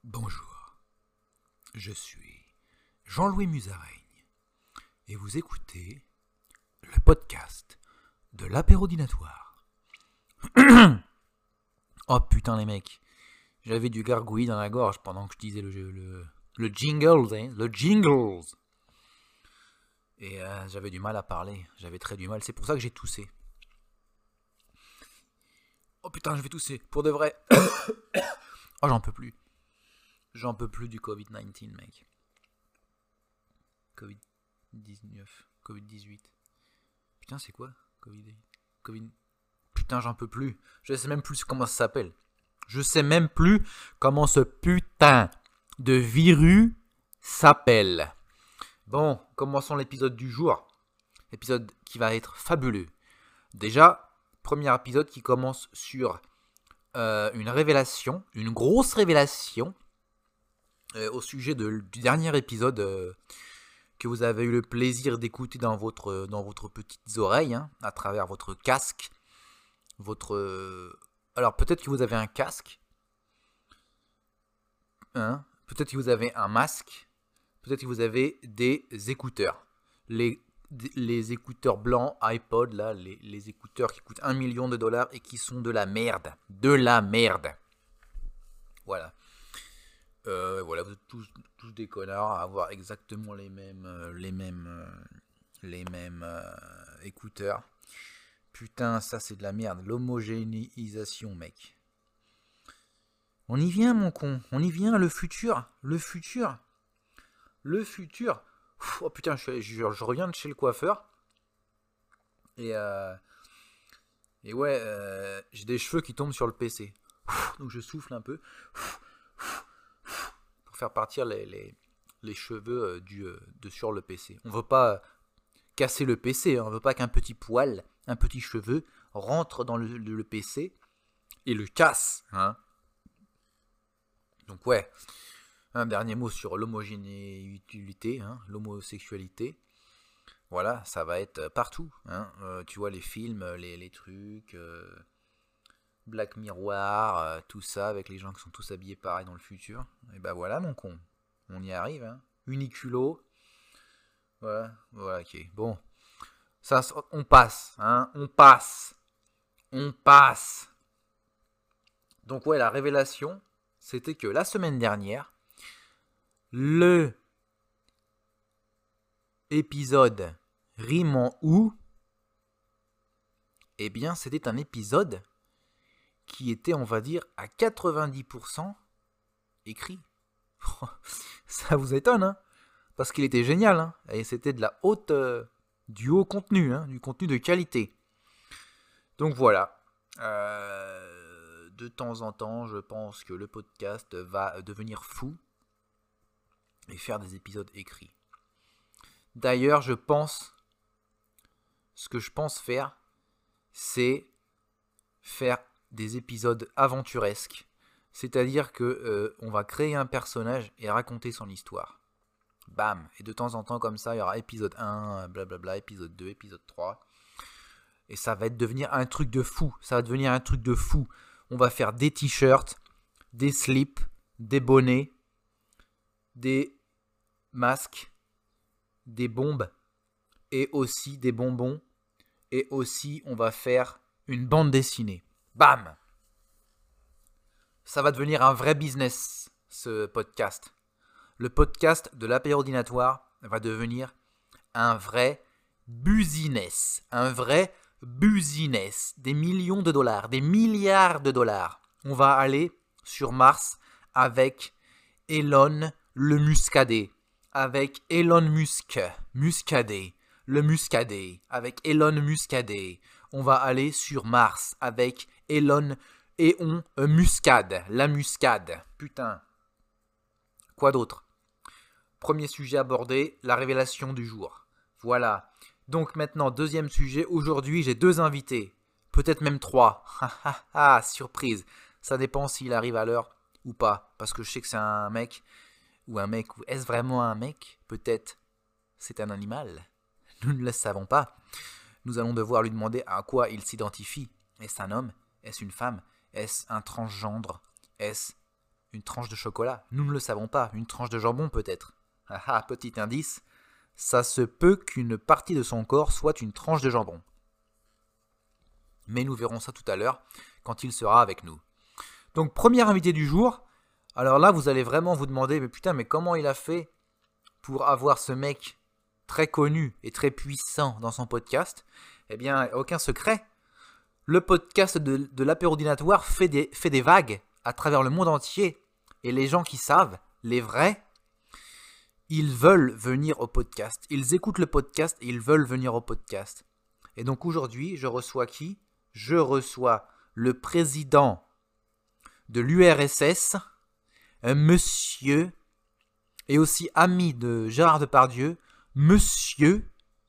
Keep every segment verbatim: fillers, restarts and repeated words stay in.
Bonjour, je suis Jean-Louis Musaraigne et vous écoutez le podcast de l'apérodinatoire. Oh putain les mecs, j'avais du gargouillis dans la gorge pendant que je disais le, le, le jingles, hein, le jingles. Et euh, j'avais du mal à parler, j'avais très du mal, c'est pour ça que j'ai toussé. Oh putain, je vais tousser, pour de vrai. Oh, j'en peux plus. J'en peux plus du covid dix-neuf, mec. covid dix-neuf, covid dix-huit. Putain, c'est quoi Covid, Covid... Putain, j'en peux plus. Je sais même plus comment ça s'appelle. Je sais même plus comment ce putain de virus s'appelle. Bon, commençons l'épisode du jour. Épisode qui va être fabuleux. Déjà, premier épisode qui commence sur euh, une révélation, une grosse révélation euh, au sujet de, du dernier épisode euh, que vous avez eu le plaisir d'écouter dans votre, dans votre petites oreilles, hein, à travers votre casque. Votre, euh... Alors peut-être que vous avez un casque, hein, peut-être que vous avez un masque, peut-être que vous avez des écouteurs. Les, les écouteurs blancs iPod, là, les, les écouteurs qui coûtent un million de dollars et qui sont de la merde. De la merde. Voilà. Euh, voilà, vous êtes tous, tous des connards à avoir exactement les mêmes, euh, les mêmes, euh, les mêmes euh, écouteurs. Putain, ça c'est de la merde. L'homogénéisation, mec. On y vient, mon con. On y vient, le futur. Le futur. Le futur. Oh putain, je, je, je reviens de chez le coiffeur. Et, euh, et ouais, euh, j'ai des cheveux qui tombent sur le P C. Donc je souffle un peu. Pour faire partir les, les, les cheveux du, de sur le P C. On veut pas casser le P C. Hein. On veut pas qu'un petit poil, un petit cheveu rentre dans le, le, le P C et le casse. Hein. Donc ouais, un dernier mot sur l'homogénéité, hein, l'homosexualité. Voilà, ça va être partout. Hein. Euh, tu vois les films, les, les trucs, euh, Black Mirror, euh, tout ça, avec les gens qui sont tous habillés pareil dans le futur. Et ben voilà mon con, on y arrive. Hein. Uniculo. Voilà, voilà, ok. Bon. Ça, on passe, hein, on passe, on passe. Donc ouais, la révélation, c'était que la semaine dernière, le épisode rime en ou, eh bien, c'était un épisode qui était, on va dire, à quatre-vingt-dix pour cent écrit. Ça vous étonne, hein, parce qu'il était génial, hein, et c'était de la haute... Euh, du haut contenu, hein, du contenu de qualité. Donc voilà, euh, de temps en temps, je pense que le podcast va devenir fou et faire des épisodes écrits. D'ailleurs, je pense, ce que je pense faire, c'est faire des épisodes aventuresques. C'est-à-dire que euh, on va créer un personnage et raconter son histoire. Bam. Et de temps en temps, comme ça, il y aura épisode un, blablabla, épisode deux, épisode trois. Et ça va être devenir un truc de fou. Ça va devenir un truc de fou. On va faire des t-shirts, des slips, des bonnets, des masques, des bombes, et aussi des bonbons. Et aussi, on va faire une bande dessinée. Bam. Ça va devenir un vrai business, ce podcast. Le podcast de l'apérodinatoire va devenir un vrai business, un vrai business, des millions de dollars, des milliards de dollars. On va aller sur Mars avec Elon le Muscadet, avec Elon Musk, Muscadet, le Muscadet, avec Elon Muscadet. On va aller sur Mars avec Elon et on euh, Muscade, la Muscade. Putain. Quoi d'autre ? Premier sujet abordé, la révélation du jour. Voilà. Donc maintenant, deuxième sujet. Aujourd'hui, j'ai deux invités. Peut-être même trois. Ah, surprise. Ça dépend s'il arrive à l'heure ou pas. Parce que je sais que c'est un mec. Ou un mec. Ou est-ce vraiment un mec ? Peut-être. C'est un animal. Nous ne le savons pas. Nous allons devoir lui demander à quoi il s'identifie. Est-ce un homme ? Est-ce une femme ? Est-ce un transgendre ? Est-ce Une tranche de chocolat? Nous ne le savons pas. Une tranche de jambon peut-être. Ah ah, petit indice, ça se peut qu'une partie de son corps soit une tranche de jambon. Mais nous verrons ça tout à l'heure, quand il sera avec nous. Donc, premier invité du jour. Alors là, vous allez vraiment vous demander, mais putain, mais comment il a fait pour avoir ce mec très connu et très puissant dans son podcast? Eh bien, aucun secret. Le podcast de, de l'apérodinatoire fait des, fait des vagues à travers le monde entier. Et les gens qui savent, les vrais, ils veulent venir au podcast. Ils écoutent le podcast et ils veulent venir au podcast. Et donc aujourd'hui, je reçois qui? Je reçois le président de l'U R S S, un monsieur, et aussi ami de Gérard Depardieu, monsieur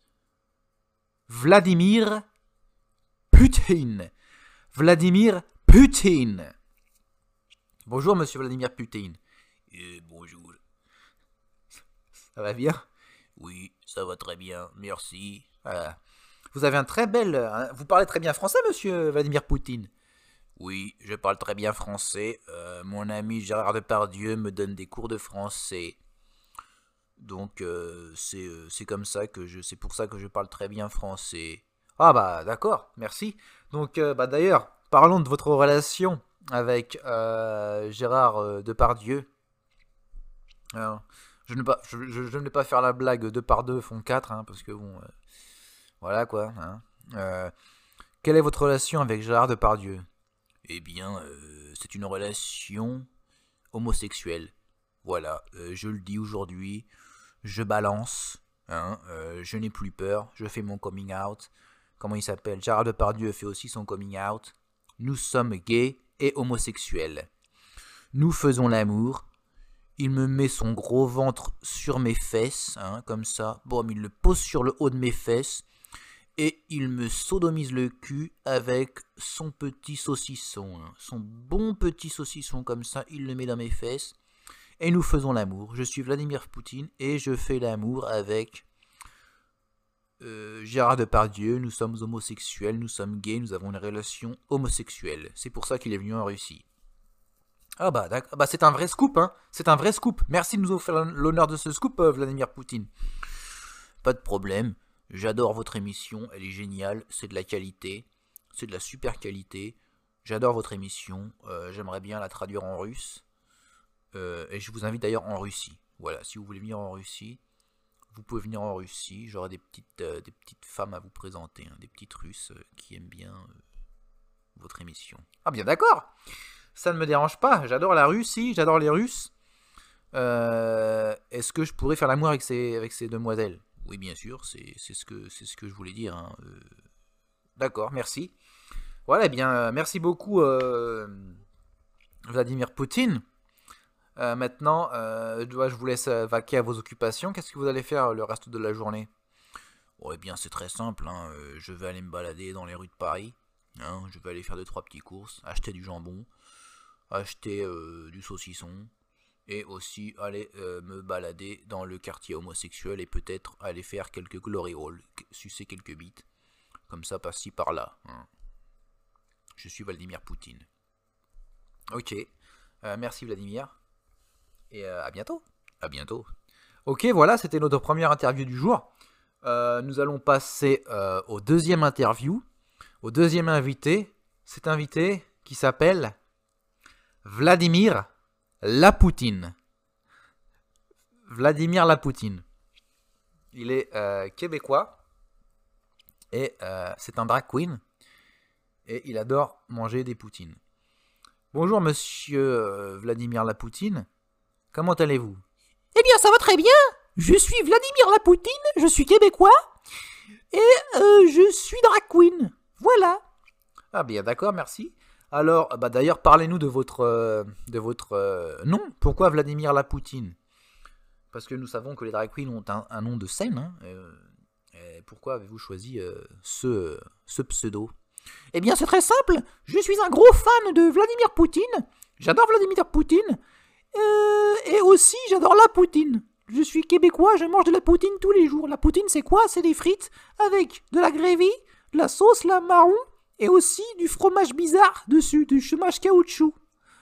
Vladimir Poutine. Vladimir Poutine. Bonjour, monsieur Vladimir Poutine. Euh, bonjour. Ça va bien? Oui, ça va très bien, merci. Voilà. Vous avez un très bel... Hein, vous parlez très bien français, monsieur Vladimir Poutine? Oui, je parle très bien français. Euh, mon ami Gérard Depardieu me donne des cours de français. Donc, euh, c'est, euh, c'est comme ça que je... C'est pour ça que je parle très bien français. Ah bah, d'accord, merci. Donc, euh, bah d'ailleurs, parlons de votre relation avec euh, Gérard euh, Depardieu. Alors, je ne vais pas, je, je, je ne vais pas faire la blague deux par deux font quatre, hein, parce que bon, euh, voilà quoi. Hein. Euh, quelle est votre relation avec Gérard Depardieu? Eh bien, euh, c'est une relation homosexuelle. Voilà, euh, je le dis aujourd'hui, je balance, hein, euh, je n'ai plus peur, je fais mon coming out. Comment il s'appelle? Gérard Depardieu fait aussi son coming out. Nous sommes gays et homosexuels. Nous faisons l'amour. Il me met son gros ventre sur mes fesses, hein, comme ça. Bon, il le pose sur le haut de mes fesses. Et il me sodomise le cul avec son petit saucisson. Hein. Son bon petit saucisson, comme ça, il le met dans mes fesses. Et nous faisons l'amour. Je suis Vladimir Poutine et je fais l'amour avec euh, Gérard Depardieu. Nous sommes homosexuels, nous sommes gays, nous avons une relation homosexuelle. C'est pour ça qu'il est venu en Russie. Ah bah, d'accord. Bah c'est un vrai scoop, hein. C'est un vrai scoop. Merci de nous offrir l'honneur de ce scoop, euh, Vladimir Poutine. Pas de problème. J'adore votre émission. Elle est géniale. C'est de la qualité. C'est de la super qualité. J'adore votre émission. Euh, j'aimerais bien la traduire en russe. Euh, et je vous invite d'ailleurs en Russie. Voilà, si vous voulez venir en Russie, vous pouvez venir en Russie. J'aurai des petites, euh, des petites femmes à vous présenter. Hein, des petites Russes euh, qui aiment bien euh, votre émission. Ah bien d'accord. Ça ne me dérange pas, j'adore la Russie, j'adore les Russes. Euh, est-ce que je pourrais faire l'amour avec ces, avec ces demoiselles? Oui, bien sûr, c'est, c'est, ce que, c'est ce que je voulais dire. Hein. Euh... D'accord, merci. Voilà, eh bien, euh, merci beaucoup, euh, Vladimir Poutine. Euh, maintenant, euh, je vous laisse vaquer à vos occupations. Qu'est-ce que vous allez faire le reste de la journée? Oh, eh bien, c'est très simple. Hein. Je vais aller me balader dans les rues de Paris. Hein. Je vais aller faire deux, trois petites courses, acheter du jambon. Acheter euh, du saucisson et aussi aller euh, me balader dans le quartier homosexuel et peut-être aller faire quelques glory holes, sucer quelques bites, comme ça par-ci par-là. Hein. Je suis Vladimir Poutine. Ok, euh, merci Vladimir et euh, à bientôt. À bientôt. Ok, voilà, c'était notre première interview du jour. Euh, nous allons passer euh, au deuxième interview, au deuxième invité. Cet invité qui s'appelle Vladimir Lapoutine. Vladimir Lapoutine. Il est euh, québécois et euh, c'est un drag queen et il adore manger des poutines. Bonjour monsieur euh, Vladimir Lapoutine. Comment allez-vous? Eh bien ça va très bien. Je suis Vladimir Lapoutine, je suis québécois et euh, je suis drag queen. Voilà. Ah bien d'accord, merci. Alors, bah d'ailleurs, parlez-nous de votre, euh, de votre euh, nom. Pourquoi Vladimir Lapoutine? Parce que nous savons que les drag queens ont un, un nom de scène. Hein, euh, et pourquoi avez-vous choisi euh, ce, ce pseudo? Eh bien, c'est très simple. Je suis un gros fan de Vladimir Poutine. J'adore Vladimir Poutine. Euh, et aussi, j'adore la poutine. Je suis québécois, je mange de la poutine tous les jours. La poutine, c'est quoi? C'est des frites avec de la gravy, de la sauce la marron, et aussi du fromage bizarre dessus, du fromage caoutchouc.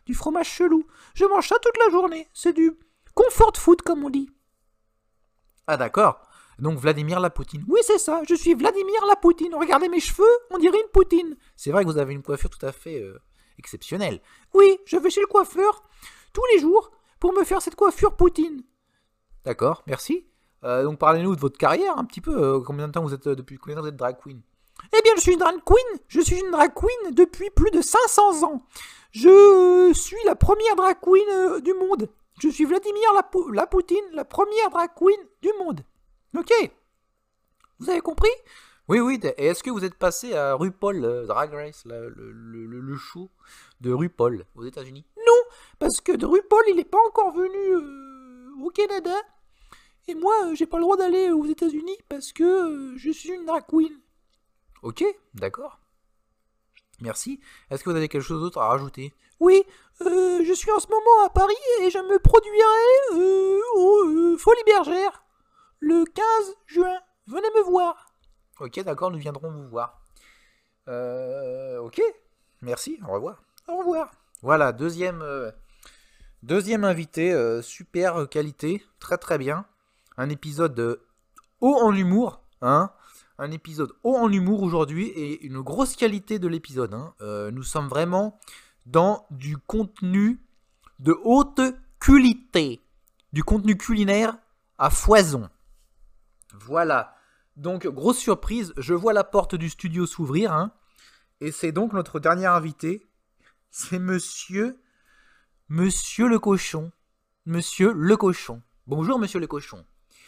Du fromage chelou. Je mange ça toute la journée. C'est du comfort food, comme on dit. Ah d'accord. Donc Vladimir la Poutine. Oui, c'est ça. Je suis Vladimir la Poutine. Regardez mes cheveux, on dirait une poutine. C'est vrai que vous avez une coiffure tout à fait euh, exceptionnelle. Oui, je vais chez le coiffeur tous les jours pour me faire cette coiffure poutine. D'accord, merci. Euh, donc parlez-nous de votre carrière un petit peu. Euh, combien de temps vous êtes euh, depuis combien de temps vous êtes drag queen? Eh bien, je suis une drag queen. Je suis une drag queen depuis plus de cinq cents ans. Je suis la première drag queen euh, du monde. Je suis Vladimir la, Po- la Poutine, la première drag queen du monde. Ok. Vous avez compris? Oui, oui. Et est-ce que vous êtes passé à RuPaul euh, Drag Race, la- le, le, le, le show de RuPaul aux États-Unis? Non, parce que de RuPaul, il n'est pas encore venu euh, au Canada. Et moi, euh, j'ai pas le droit d'aller aux États-Unis parce que euh, je suis une drag queen. Ok, d'accord. Merci. Est-ce que vous avez quelque chose d'autre à rajouter? Oui, euh, je suis en ce moment à Paris et je me produirai euh, au euh, Folies Bergère le quinze juin. Venez me voir. Ok, d'accord, nous viendrons vous voir. Euh, ok, merci, au revoir. Au revoir. Voilà, deuxième, euh, deuxième invité, euh, super qualité, très très bien. Un épisode euh, haut en humour, hein. Un épisode haut en humour aujourd'hui et une grosse qualité de l'épisode. Hein. Euh, nous sommes vraiment dans du contenu de haute qualité, du contenu culinaire à foison. Voilà. Donc, grosse surprise, je vois la porte du studio s'ouvrir. Hein, et c'est donc notre dernier invité. C'est monsieur... Monsieur le cochon. Monsieur le cochon. Bonjour, monsieur le cochon.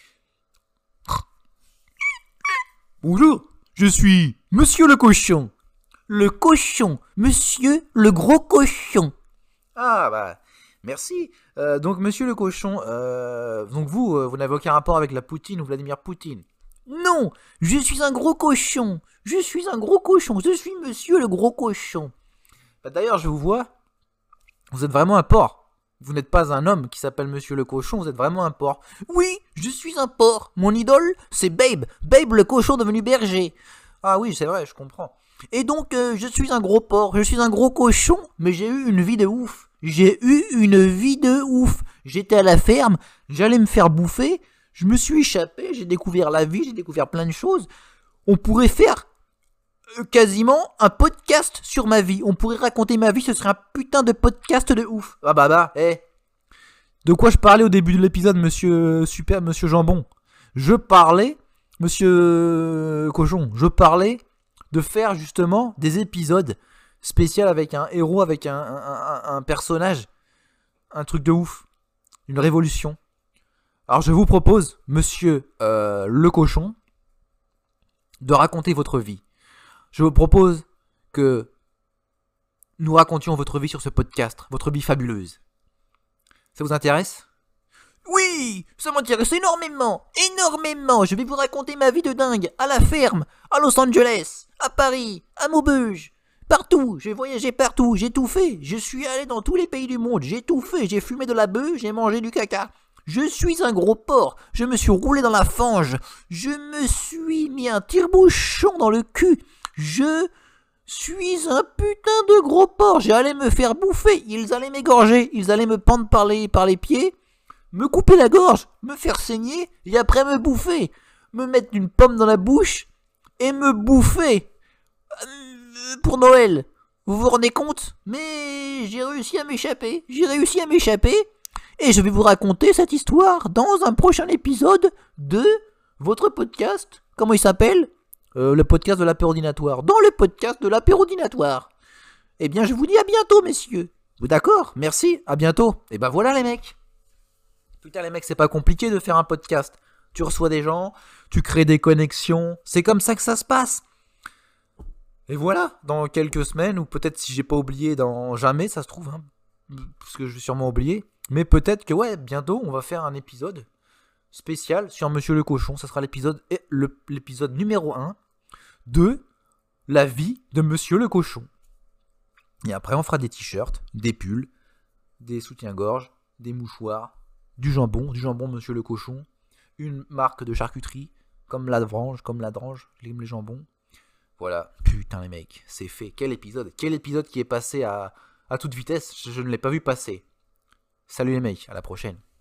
Bonjour, je suis Monsieur le cochon. Le cochon, Monsieur le gros cochon. Ah, bah... Merci. Euh, donc, monsieur le cochon, euh, donc vous, euh, vous n'avez aucun rapport avec la Poutine ou Vladimir Poutine? Non, je suis un gros cochon. Je suis un gros cochon. Je suis Monsieur le gros cochon. Bah, d'ailleurs, je vous vois. Vous êtes vraiment un porc. Vous n'êtes pas un homme qui s'appelle Monsieur le cochon, vous êtes vraiment un porc. Oui, je suis un porc. Mon idole, c'est Babe. Babe le cochon devenu berger. Ah oui, c'est vrai, je comprends. Et donc, euh, je suis un gros porc. Je suis un gros cochon, mais j'ai eu une vie de ouf. J'ai eu une vie de ouf. J'étais à la ferme, j'allais me faire bouffer. Je me suis échappé, j'ai découvert la vie, j'ai découvert plein de choses. On pourrait faire euh, quasiment un podcast sur ma vie. On pourrait raconter ma vie, ce serait un putain de podcast de ouf. Ah bah bah, eh. De quoi je parlais au début de l'épisode, monsieur super, monsieur Jambon? Je parlais, monsieur Cochon, je parlais de faire justement des épisodes spéciaux avec un héros, avec un, un, un, un personnage, un truc de ouf, une révolution. Alors je vous propose, monsieur euh, le cochon, de raconter votre vie. Je vous propose que nous racontions votre vie sur ce podcast, votre vie fabuleuse. Ça vous intéresse? Oui, ça m'intéresse énormément, énormément. Je vais vous raconter ma vie de dingue, à la ferme, à Los Angeles, à Paris, à Maubeuge, partout. J'ai voyagé partout, j'ai tout fait. Je suis allé dans tous les pays du monde, j'ai tout fait. J'ai fumé de la bœuf, j'ai mangé du caca. Je suis un gros porc, je me suis roulé dans la fange, je me suis mis un tire-bouchon dans le cul, je suis un putain de gros porc, j'allais me faire bouffer, ils allaient m'égorger, ils allaient me pendre par les, par les pieds, me couper la gorge, me faire saigner, et après me bouffer, me mettre une pomme dans la bouche, et me bouffer, euh, pour Noël. Vous vous rendez compte? Mais j'ai réussi à m'échapper, j'ai réussi à m'échapper, et je vais vous raconter cette histoire dans un prochain épisode de votre podcast. Comment il s'appelle? euh, Le podcast de l'apérodinatoire. Dans le podcast de l'apérodinatoire. Eh bien, je vous dis à bientôt, messieurs. D'accord, merci, à bientôt. Et ben voilà les mecs. Putain les mecs, c'est pas compliqué de faire un podcast. Tu reçois des gens, tu crées des connexions, c'est comme ça que ça se passe. Et voilà, dans quelques semaines, ou peut-être si j'ai pas oublié dans jamais, ça se trouve, hein, parce que je vais sûrement oublier. Mais peut-être que ouais, bientôt on va faire un épisode spécial sur Monsieur le Cochon. Ça sera l'épisode, le, l'épisode numéro un de la vie de Monsieur le Cochon. Et après on fera des t-shirts, des pulls, des soutiens-gorge, des mouchoirs, du jambon, du jambon Monsieur le Cochon, une marque de charcuterie, comme la Drange, comme la Drange, les, les jambons. Voilà, putain les mecs, c'est fait. Quel épisode, quel épisode qui est passé à, à toute vitesse, je, je ne l'ai pas vu passer. Salut les mecs, à la prochaine.